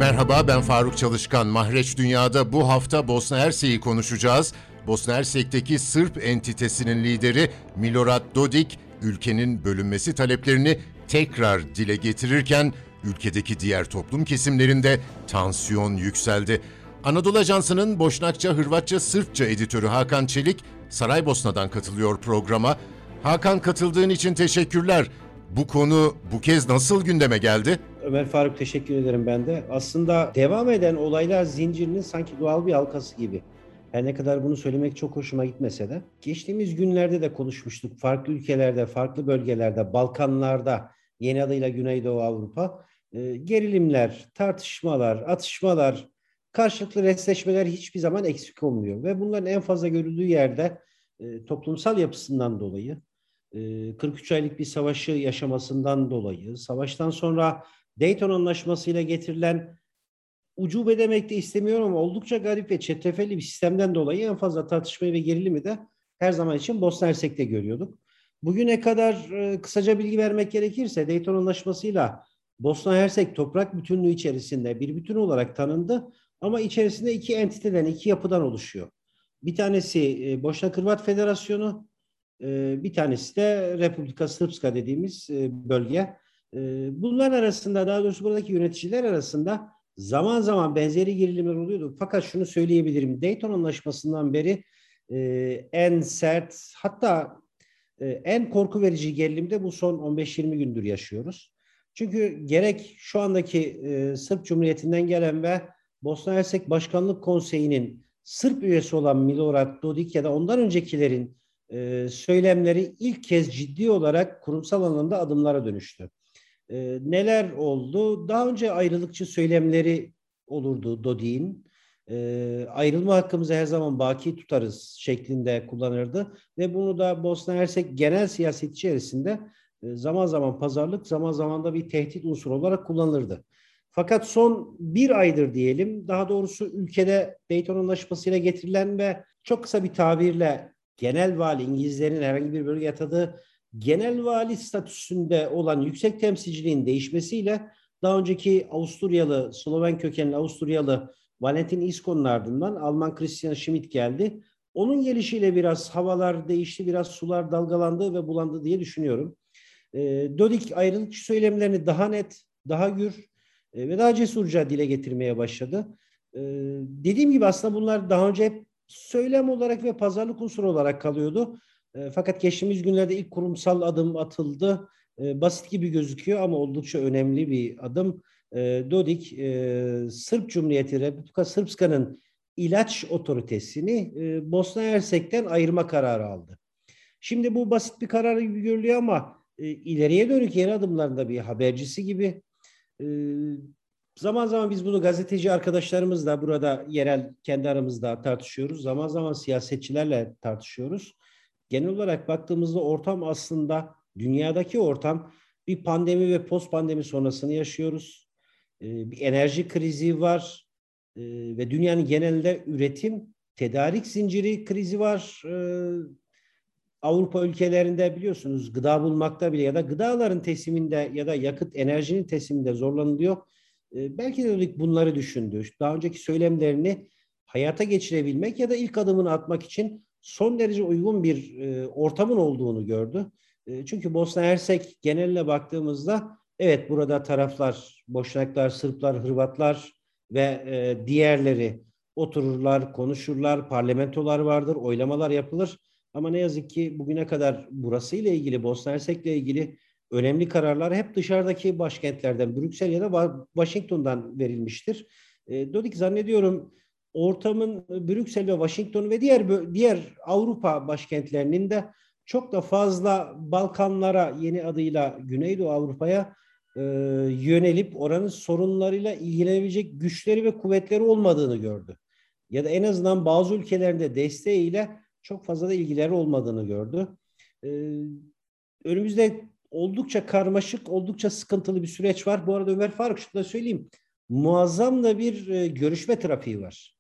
Merhaba, ben Faruk Çalışkan. Mahreç Dünya'da bu hafta Bosna Hersek'i konuşacağız. Bosna Hersek'teki Sırp entitesinin lideri Milorad Dodik, ülkenin bölünmesi taleplerini tekrar dile getirirken ülkedeki diğer toplum kesimlerinde tansiyon yükseldi. Anadolu Ajansı'nın Boşnakça, Hırvatça, Sırpça editörü Hakan Çelik, Saraybosna'dan katılıyor programa. Hakan, katıldığın için teşekkürler. Bu konu bu kez nasıl gündeme geldi? Ömer Faruk, teşekkür ederim ben de. Aslında devam eden olaylar zincirinin sanki doğal bir halkası gibi. Her ne kadar bunu söylemek çok hoşuma gitmese de. Geçtiğimiz günlerde de konuşmuştuk. Farklı ülkelerde, farklı bölgelerde, Balkanlarda, yeni adıyla Güneydoğu Avrupa, gerilimler, tartışmalar, atışmalar, karşılıklı restleşmeler hiçbir zaman eksik olmuyor. Ve bunların en fazla görüldüğü yerde toplumsal yapısından dolayı, 43 aylık bir savaşı yaşamasından dolayı, savaştan sonra Dayton Anlaşması ile getirilen, ucube demek de istemiyorum ama oldukça garip ve çetrefilli bir sistemden dolayı en fazla tartışmayı ve gerilimi de her zaman için Bosna Hersek'te görüyorduk. Bugüne kadar kısaca bilgi vermek gerekirse Dayton Anlaşması'yla Bosna Hersek toprak bütünlüğü içerisinde bir bütün olarak tanındı ama içerisinde iki entiteden, iki yapıdan oluşuyor. Bir tanesi Boşnak Hırvat Federasyonu, bir tanesi de Republika Srpska dediğimiz bölge. Bunlar arasında, daha doğrusu buradaki yöneticiler arasında zaman zaman benzeri gerilimler oluyordu. Fakat şunu söyleyebilirim. Dayton Anlaşması'ndan beri en sert, hatta en korku verici gerilimde bu son 15-20 gündür yaşıyoruz. Çünkü gerek şu andaki Sırp Cumhuriyeti'nden gelen ve Bosna Hersek Başkanlık Konseyi'nin Sırp üyesi olan Milorad Dodik ya da ondan öncekilerin söylemleri ilk kez ciddi olarak kurumsal anlamda adımlara dönüştü. Neler oldu? Daha önce ayrılıkçı söylemleri olurdu Dodik'in. Ayrılma hakkımızı her zaman baki tutarız şeklinde kullanırdı ve bunu da Bosna Hersek genel siyaset içerisinde zaman zaman pazarlık, zaman zaman da bir tehdit unsuru olarak kullanılırdı. Fakat son bir aydır diyelim, daha doğrusu ülkede Dayton Anlaşması ile getirilen ve çok kısa bir tabirle genel vali, İngilizlerin herhangi bir bölge atadığı genel vali statüsünde olan yüksek temsilciliğin değişmesiyle daha önceki Avusturyalı, Sloven kökenli Avusturyalı Valentin İsko'nun ardından Alman Christian Schmidt geldi. Onun gelişiyle biraz havalar değişti, biraz sular dalgalandı ve bulandı diye düşünüyorum. Dodik ayrılıkçı söylemlerini daha net, daha gür ve daha cesurca dile getirmeye başladı. Dediğim gibi aslında bunlar daha önce hep söylem olarak ve pazarlık unsuru olarak kalıyordu. Fakat geçtiğimiz günlerde ilk kurumsal adım atıldı. Basit gibi gözüküyor ama oldukça önemli bir adım. Dodik, Sırp Cumhuriyeti Republika Srpska'nın ilaç otoritesini Bosna Hersek'ten ayırma kararı aldı. Şimdi bu basit bir karar gibi görülüyor ama ileriye dönük yeni adımlarında bir habercisi gibi. E, Zaman zaman biz bunu gazeteci arkadaşlarımızla burada yerel kendi aramızda tartışıyoruz. Zaman zaman siyasetçilerle tartışıyoruz. Genel olarak baktığımızda ortam aslında dünyadaki ortam bir pandemi ve post pandemi sonrasını yaşıyoruz. Bir enerji krizi var ve dünyanın genelinde üretim, tedarik zinciri krizi var. Avrupa ülkelerinde biliyorsunuz gıda bulmakta bile ya da gıdaların tesliminde ya da yakıt enerjinin tesliminde zorlanılıyor. Belki de bunları düşündü. Daha önceki söylemlerini hayata geçirebilmek ya da ilk adımını atmak için son derece uygun bir ortamın olduğunu gördü. Çünkü Bosna Hersek geneline baktığımızda evet, burada taraflar Boşnaklar, Sırplar, Hırvatlar ve diğerleri otururlar, konuşurlar, parlamentolar vardır, oylamalar yapılır. Ama ne yazık ki bugüne kadar burasıyla ilgili, Bosna Hersek'le ilgili önemli kararlar hep dışarıdaki başkentlerden, Brüksel ya da Washington'dan verilmiştir. Dodik zannediyorum ortamın Brüksel ve Washington ve diğer Avrupa başkentlerinin de çok da fazla Balkanlara, yeni adıyla Güneydoğu Avrupa'ya yönelip oranın sorunlarıyla ilgilenebilecek güçleri ve kuvvetleri olmadığını gördü. Ya da en azından bazı ülkelerinde desteğiyle çok fazla da ilgileri olmadığını gördü. Önümüzde oldukça karmaşık, oldukça sıkıntılı bir süreç var. Bu arada Ömer Faruk, şunu da söyleyeyim. Muazzam da bir görüşme trafiği var.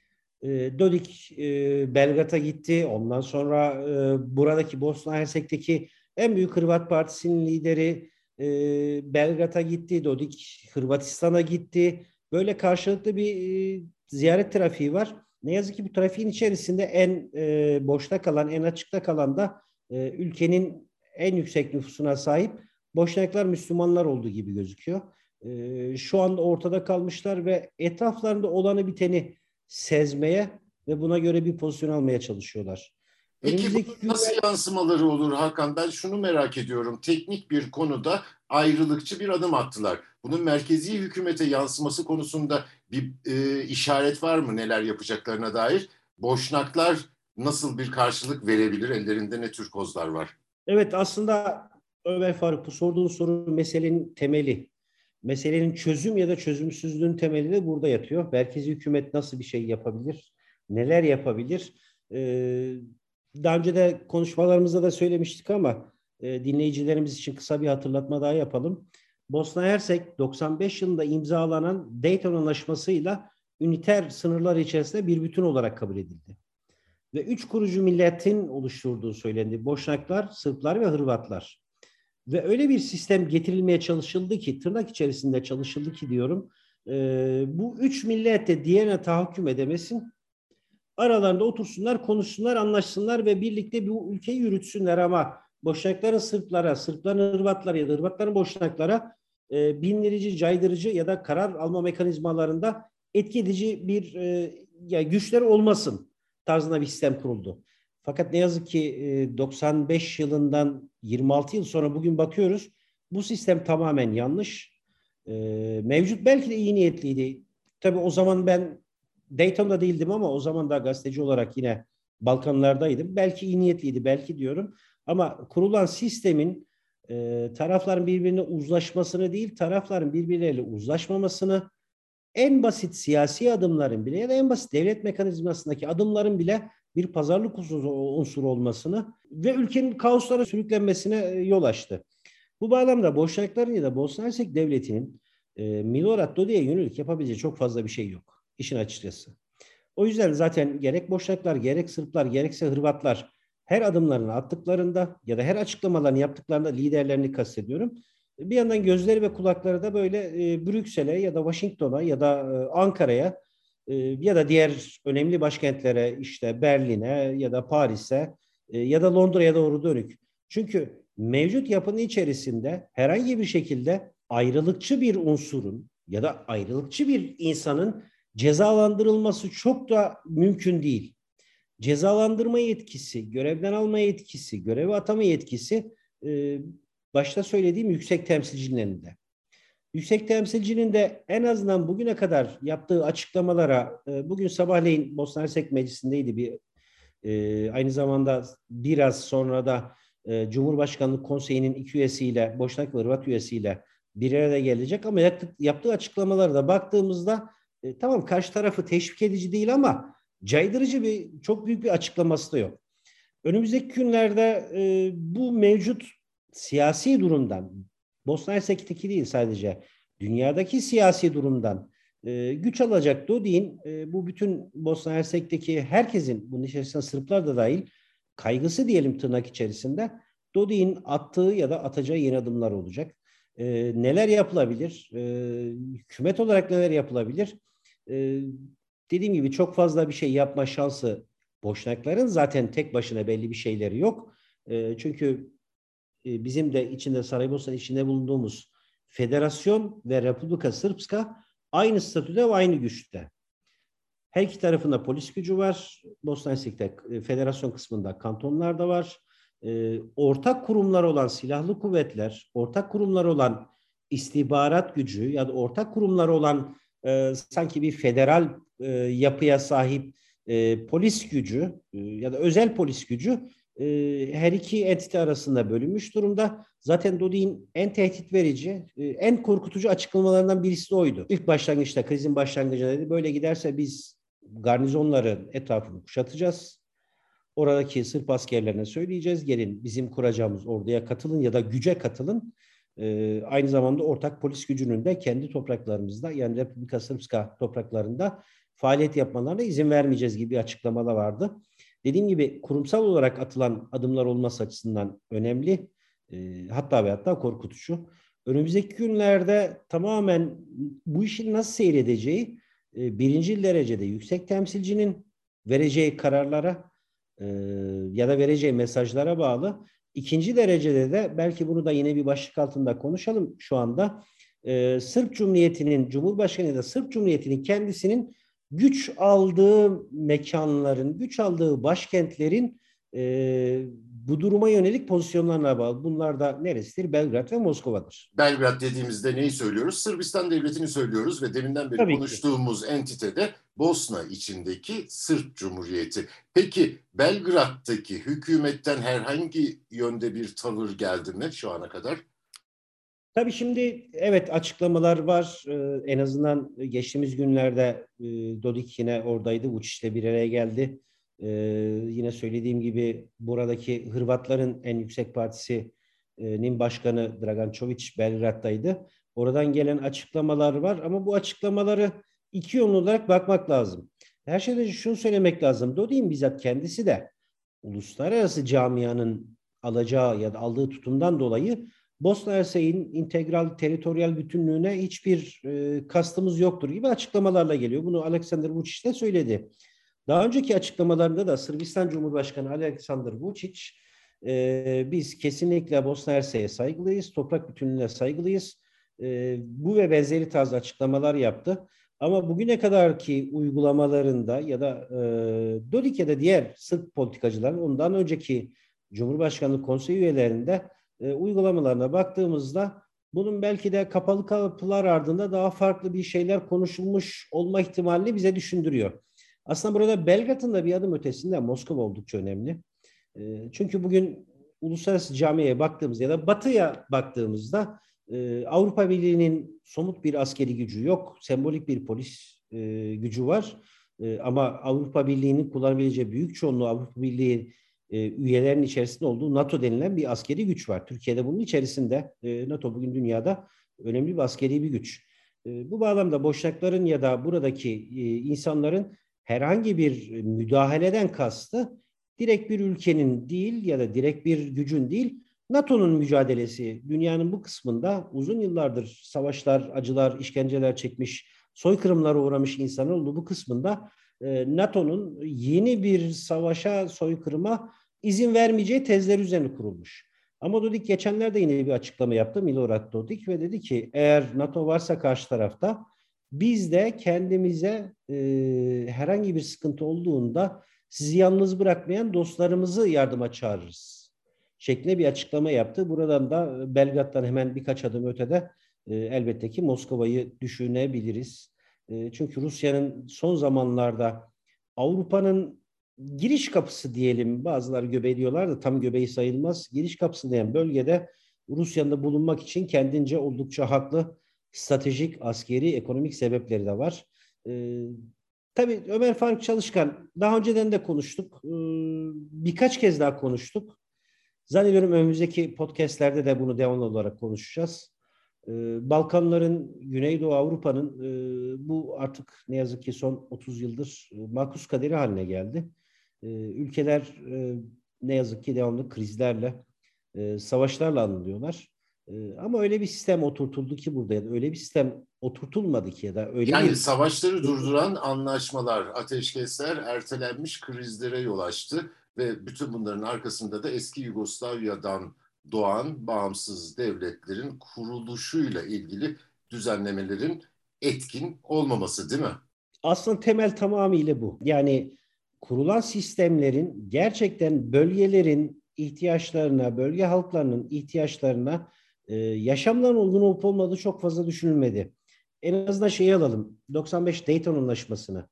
Dodik Belgrad'a gitti. Ondan sonra buradaki Bosna Hersek'teki en büyük Hırvat Partisi'nin lideri Belgrad'a gitti. Dodik Hırvatistan'a gitti. Böyle karşılıklı bir ziyaret trafiği var. Ne yazık ki bu trafiğin içerisinde en boşta kalan, en açıkta kalan da ülkenin en yüksek nüfusuna sahip Boşnaklar, Müslümanlar olduğu gibi gözüküyor. Şu anda ortada kalmışlar ve etraflarında olanı biteni sezmeye ve buna göre bir pozisyon almaya çalışıyorlar. Peki Önümüzdeki bunun nasıl günler yansımaları olur Hakan? Ben şunu merak ediyorum. Teknik bir konuda ayrılıkçı bir adım attılar. Bunun merkezi hükümete yansıması konusunda bir işaret var mı neler yapacaklarına dair? Boşnaklar nasıl bir karşılık verebilir? Ellerinde ne tür kozlar var? evet, aslında Ömer Faruk, bu sorduğun soru meselenin temeli. Meselenin çözüm ya da çözümsüzlüğün temeli de burada yatıyor. Merkezi hükümet nasıl bir şey yapabilir? Neler yapabilir? Daha önce de konuşmalarımızda da söylemiştik ama dinleyicilerimiz için kısa bir hatırlatma daha yapalım. Bosna Hersek 95 yılında imzalanan Dayton Anlaşması'yla üniter sınırlar içerisinde bir bütün olarak kabul edildi. Ve üç kurucu milletin oluşturduğu söylendi. Boşnaklar, Sırplar ve Hırvatlar. Ve öyle bir sistem getirilmeye çalışıldı ki, tırnak içerisinde çalışıldı ki diyorum, bu üç millet de diğerine tahakküm edemesin. Aralarında otursunlar, konuşsunlar, anlaşsınlar ve birlikte bu ülkeyi yürütsünler ama Boşnakların Sırplara, Sırpların Hırvatlara ya da Hırvatların Boşnaklara bindirici, caydırıcı ya da karar alma mekanizmalarında etki edici bir güçleri olmasın tarzında bir sistem kuruldu. Fakat ne yazık ki 95 yılından 26 yıl sonra bugün bakıyoruz. Bu sistem tamamen yanlış. E, Mevcut belki de iyi niyetliydi. Tabii o zaman ben Dayton'da değildim ama o zaman da gazeteci olarak yine Balkanlardaydım. Belki iyi niyetliydi, belki diyorum. Ama kurulan sistemin tarafların birbirine uzlaşmasını değil, tarafların birbirleriyle uzlaşmamasını, en basit siyasi adımların bile ya da en basit devlet mekanizmasındaki adımların bile bir pazarlık unsuru olmasını ve ülkenin kaoslara sürüklenmesine yol açtı. Bu bağlamda Boşnakların ya da Bosna Hersek Devleti'nin Milorad Dodik'e yönelik yapabileceği çok fazla bir şey yok, işin açıkçası. O yüzden zaten gerek Boşnaklar, gerek Sırplar, gerekse Hırvatlar her adımlarını attıklarında ya da her açıklamalarını yaptıklarında liderlerini kastediyorum. Bir yandan gözleri ve kulakları da böyle Brüksel'e ya da Washington'a ya da Ankara'ya ya da diğer önemli başkentlere, işte Berlin'e ya da Paris'e ya da Londra'ya doğru dönük. Çünkü mevcut yapının içerisinde herhangi bir şekilde ayrılıkçı bir unsurun ya da ayrılıkçı bir insanın cezalandırılması çok da mümkün değil. Cezalandırma yetkisi, görevden alma yetkisi, göreve atama yetkisi başta söylediğim yüksek temsilcinin elinde. Yüksek temsilcinin de en azından bugüne kadar yaptığı açıklamalara, bugün sabahleyin Bosna Hersek Meclisi'ndeydi aynı zamanda biraz sonra da Cumhurbaşkanlık Konseyi'nin iki üyesiyle, Boşnak ve Hırvat üyesiyle bir araya gelecek ama yaptığı açıklamalara da baktığımızda tamam, karşı tarafı teşvik edici değil ama caydırıcı çok büyük bir açıklaması da yok. Önümüzdeki günlerde bu mevcut siyasi durumdan, Bosna Hersek'teki değil sadece, dünyadaki siyasi durumdan güç alacak Dodik'in bu bütün Bosna Hersek'teki herkesin, bunun içerisinde Sırplar da dahil, kaygısı diyelim tırnak içerisinde, Dodik'in attığı ya da atacağı yeni adımlar olacak. Neler yapılabilir? Hükümet olarak neler yapılabilir? E, Dediğim gibi çok fazla bir şey yapma şansı Boşnakların zaten tek başına belli bir şeyleri yok. Çünkü bizim de içinde Saraybosna içinde bulunduğumuz Federasyon ve Republika Srpska aynı statüde ve aynı güçte. Her iki tarafında polis gücü var. Bosna Hersek'te federasyon kısmında kantonlar da var. Ortak kurumlar olan silahlı kuvvetler, ortak kurumlar olan istihbarat gücü ya da ortak kurumlar olan sanki bir federal yapıya sahip polis gücü ya da özel polis gücü her iki entite arasında bölünmüş durumda. Zaten Dodik'in en tehdit verici, en korkutucu açıklamalarından birisi de oydu. İlk başlangıçta, krizin başlangıcında dedi, böyle giderse biz garnizonların etrafını kuşatacağız. Oradaki Sırp askerlerine söyleyeceğiz, gelin bizim kuracağımız orduya katılın ya da güce katılın. Aynı zamanda ortak polis gücünün de kendi topraklarımızda, yani Republika Srpska topraklarında faaliyet yapmalarına izin vermeyeceğiz gibi bir açıklamalar vardı. Dediğim gibi kurumsal olarak atılan adımlar olması açısından önemli, hatta ve hatta korkutucu. önümüzdeki günlerde tamamen bu işin nasıl seyredeceği birinci derecede yüksek temsilcinin vereceği kararlara e, ya da vereceği mesajlara bağlı. İkinci derecede de belki bunu da yine bir başlık altında konuşalım şu anda. Sırp Cumhuriyeti'nin, Cumhurbaşkanı ya da Sırp Cumhuriyeti'nin kendisinin güç aldığı mekanların, güç aldığı başkentlerin bu duruma yönelik pozisyonlarına bağlı. Bunlar da neresidir? Belgrad ve Moskova'dır. Belgrad dediğimizde neyi söylüyoruz? Sırbistan Devleti'ni söylüyoruz ve deminden beri Tabii ki. konuştuğumuz entitede Bosna içindeki Sırp Cumhuriyeti. Peki Belgrad'daki hükümetten herhangi yönde bir tavır geldi mi şu ana kadar? Tabii şimdi evet açıklamalar var. En azından geçtiğimiz günlerde Dodik yine oradaydı. Vučić'le bir araya geldi. Yine söylediğim gibi buradaki Hırvatların en yüksek partisinin başkanı Dragan Čović Belgrad'daydı. Oradan gelen açıklamalar var ama bu açıklamaları iki yönlü olarak bakmak lazım. Her şeyden önce şunu söylemek lazım. Dodik'in bizzat kendisi de uluslararası camianın alacağı ya da aldığı tutumdan dolayı Bosna Hersek'in integral teritoryal bütünlüğüne hiçbir kastımız yoktur gibi açıklamalarla geliyor. Bunu Aleksandar Vučić de söyledi. Daha önceki açıklamalarında da Sırbistan Cumhurbaşkanı Aleksandar Vučić biz kesinlikle Bosna Hersek'e saygılıyız, toprak bütünlüğüne saygılıyız. Bu ve benzeri tarz açıklamalar yaptı. Ama bugüne kadarki uygulamalarında ya da Dodik ya da diğer Sırp politikacıların ondan önceki Cumhurbaşkanlığı Konseyi üyelerinde uygulamalarına baktığımızda bunun belki de kapalı kapılar ardında daha farklı bir şeyler konuşulmuş olma ihtimalini bize düşündürüyor. Aslında burada Belgrad'ın da bir adım ötesinde Moskova oldukça önemli. Çünkü bugün uluslararası camiye baktığımızda ya da Batı'ya baktığımızda Avrupa Birliği'nin somut bir askeri gücü yok. Sembolik bir polis gücü var. Ama Avrupa Birliği'nin kullanabileceği büyük çoğunluğu Avrupa Birliği üyelerin içerisinde olduğu NATO denilen bir askeri güç var. Türkiye'de bunun içerisinde NATO bugün dünyada önemli bir askeri bir güç. Bu bağlamda Boşnakların ya da buradaki insanların herhangi bir müdahaleden kastı direkt bir ülkenin değil ya da direkt bir gücün değil, NATO'nun mücadelesi. Dünyanın bu kısmında uzun yıllardır savaşlar, acılar, işkenceler çekmiş, soykırımlara uğramış insanlar olduğu bu kısmında NATO'nun yeni bir savaşa, soykırıma izin vermeyeceği tezler üzerine kurulmuş. Ama Dodik geçenlerde yine bir açıklama yaptı, Milorad Dodik, ve dedi ki eğer NATO varsa karşı tarafta biz de kendimize herhangi bir sıkıntı olduğunda sizi yalnız bırakmayan dostlarımızı yardıma çağırırız şeklinde bir açıklama yaptı. Buradan da Belgrad'dan hemen birkaç adım ötede elbette ki Moskova'yı düşünebiliriz. Çünkü Rusya'nın son zamanlarda Avrupa'nın giriş kapısı diyelim, bazıları göbeği diyorlar da tam göbeği sayılmaz. Giriş kapısı diyen bölgede Rusya'nın da bulunmak için kendince oldukça haklı stratejik, askeri, ekonomik sebepleri de var. Tabii Ömer Faruk Çalışkan daha önceden de konuştuk. Birkaç kez daha konuştuk. Zannediyorum önümüzdeki podcastlerde de bunu devamlı olarak konuşacağız. Balkanların, Güneydoğu Avrupa'nın bu artık ne yazık ki son 30 yıldır makus kaderi haline geldi. Ülkeler ne yazık ki devamlı krizlerle, savaşlarla anılıyorlar. Ama öyle bir sistem oturtuldu ki burada ya da öyle bir sistem oturtulmadı ki ya da öyle Yani bir savaşları durduran anlaşmalar, ateşkesler ertelenmiş krizlere yol açtı ve bütün bunların arkasında da eski Yugoslavya'dan doğan bağımsız devletlerin kuruluşuyla ilgili düzenlemelerin etkin olmaması, değil mi? aslında temel tamamıyla bu. Yani kurulan sistemlerin gerçekten bölgelerin ihtiyaçlarına, bölge halklarının ihtiyaçlarına yaşamların uygun olup olmadığı çok fazla düşünülmedi. En azından şeyi alalım. 95 Dayton Anlaşması'nı.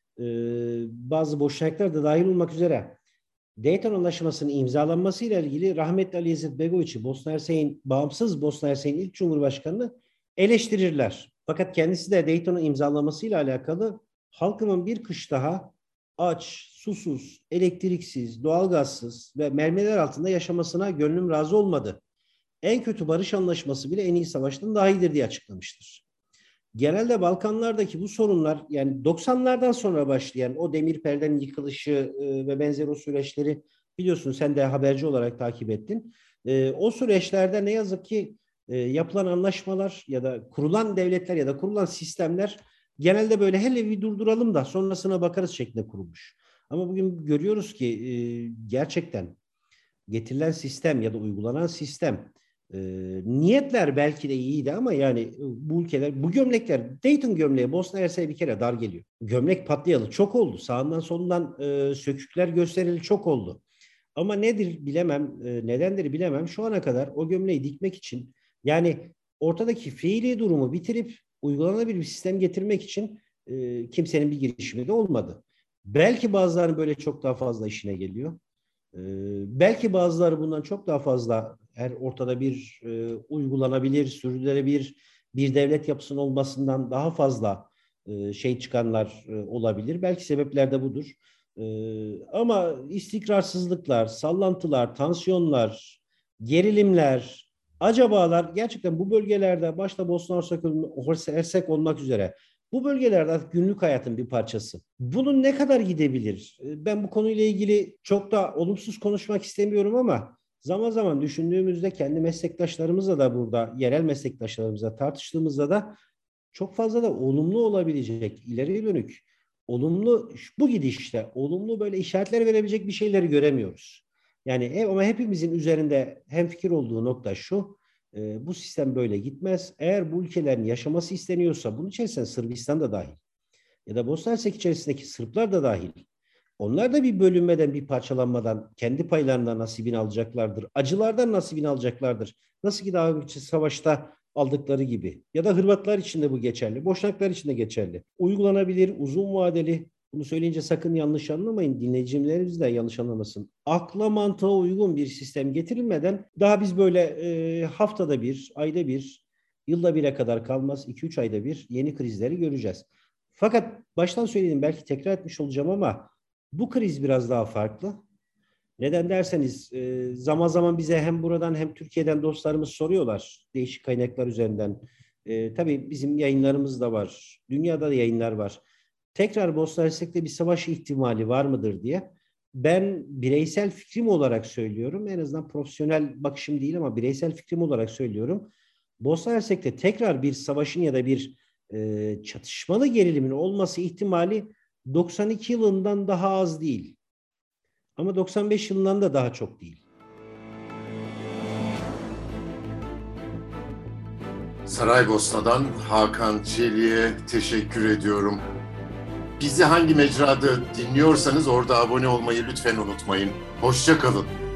Bazı boşnaklar da dahil olmak üzere Dayton Anlaşması'nın imzalanmasıyla ilgili rahmetli Ali İzzet Begoviç'i Bosna Hersek'in bağımsız Bosna Hersek'in ilk Cumhurbaşkanı'nı eleştirirler. Fakat kendisi de Dayton'un imzalamasıyla alakalı halkımın bir kış daha aç, susuz, elektriksiz, doğalgazsız ve mermiler altında yaşamasına gönlüm razı olmadı. En kötü barış anlaşması bile en iyi savaştan daha iyidir diye açıklamıştır. Genelde Balkanlardaki bu sorunlar yani 90'lardan sonra başlayan o demir perdenin yıkılışı ve benzeri o süreçleri biliyorsun sen de haberci olarak takip ettin. O süreçlerde ne yazık ki yapılan anlaşmalar ya da kurulan devletler ya da kurulan sistemler genelde böyle hele bir durduralım da sonrasına bakarız şeklinde kurulmuş. Ama bugün görüyoruz ki gerçekten getirilen sistem ya da uygulanan sistem niyetler belki de iyiydi ama yani bu ülkeler, bu gömlekler, Dayton gömleği Bosna Hersek'e bir kere dar geliyor. Gömlek patlayalı çok oldu. Sağından solundan sökükler gösterili çok oldu. Ama nedir bilemem, nedendir bilemem. Şu ana kadar o gömleği dikmek için yani ortadaki fiili durumu bitirip uygulanabilir bir sistem getirmek için kimsenin bir girişimi de olmadı. Belki bazılarının böyle çok daha fazla işine geliyor. Belki bazıları bundan çok daha fazla her ortada bir uygulanabilir, sürdürülebilir bir devlet yapısının olmasından daha fazla şey çıkanlar olabilir. Belki sebepler de budur. Ama istikrarsızlıklar, sallantılar, tansiyonlar, gerilimler, acabalar gerçekten bu bölgelerde başta Bosna Hersek olmak üzere bu bölgelerde artık günlük hayatın bir parçası. Bunun ne kadar gidebilir? Ben bu konuyla ilgili çok da olumsuz konuşmak istemiyorum ama zaman zaman düşündüğümüzde kendi meslektaşlarımızla da burada, yerel meslektaşlarımızla tartıştığımızda da çok fazla da olumlu olabilecek, ileriye dönük, olumlu bu gidişte, olumlu böyle işaretler verebilecek bir şeyleri göremiyoruz. Yani ama hepimizin üzerinde hemfikir olduğu nokta şu, bu sistem böyle gitmez. Eğer bu ülkelerin yaşaması isteniyorsa, bunun içerisinde Sırbistan da dahil ya da Bosna Hersek içerisindeki Sırplar da dahil. Onlar da bir bölünmeden, bir parçalanmadan kendi paylarından nasibini alacaklardır. Acılardan nasibini alacaklardır. Nasıl ki daha önceki savaşta aldıkları gibi. Ya da Hırvatlar için de bu geçerli. Boşnaklar için de geçerli. Uygulanabilir, uzun vadeli. Bunu söyleyince sakın yanlış anlamayın. Dinleyicilerimiz de yanlış anlamasın. Akla mantığa uygun bir sistem getirilmeden daha biz böyle haftada bir, ayda bir, yılda bire kadar kalmaz. 2-3 ayda bir yeni krizleri göreceğiz. Fakat baştan söyledim belki tekrar etmiş olacağım ama bu kriz biraz daha farklı. Neden derseniz zaman zaman bize hem buradan hem Türkiye'den dostlarımız soruyorlar değişik kaynaklar üzerinden. Tabii bizim yayınlarımız da var. Dünyada da yayınlar var. Tekrar Bosna Hersek'te bir savaş ihtimali var mıdır diye. Ben bireysel fikrim olarak söylüyorum. En azından profesyonel bakışım değil ama bireysel fikrim olarak söylüyorum. Bosna Hersek'te tekrar bir savaşın ya da bir çatışmalı gerilimin olması ihtimali 92 yılından daha az değil. Ama 95 yılından da daha çok değil. Saraybosna'dan Hakan Çelik'e teşekkür ediyorum. Bizi hangi mecrada dinliyorsanız orada abone olmayı lütfen unutmayın. Hoşça kalın.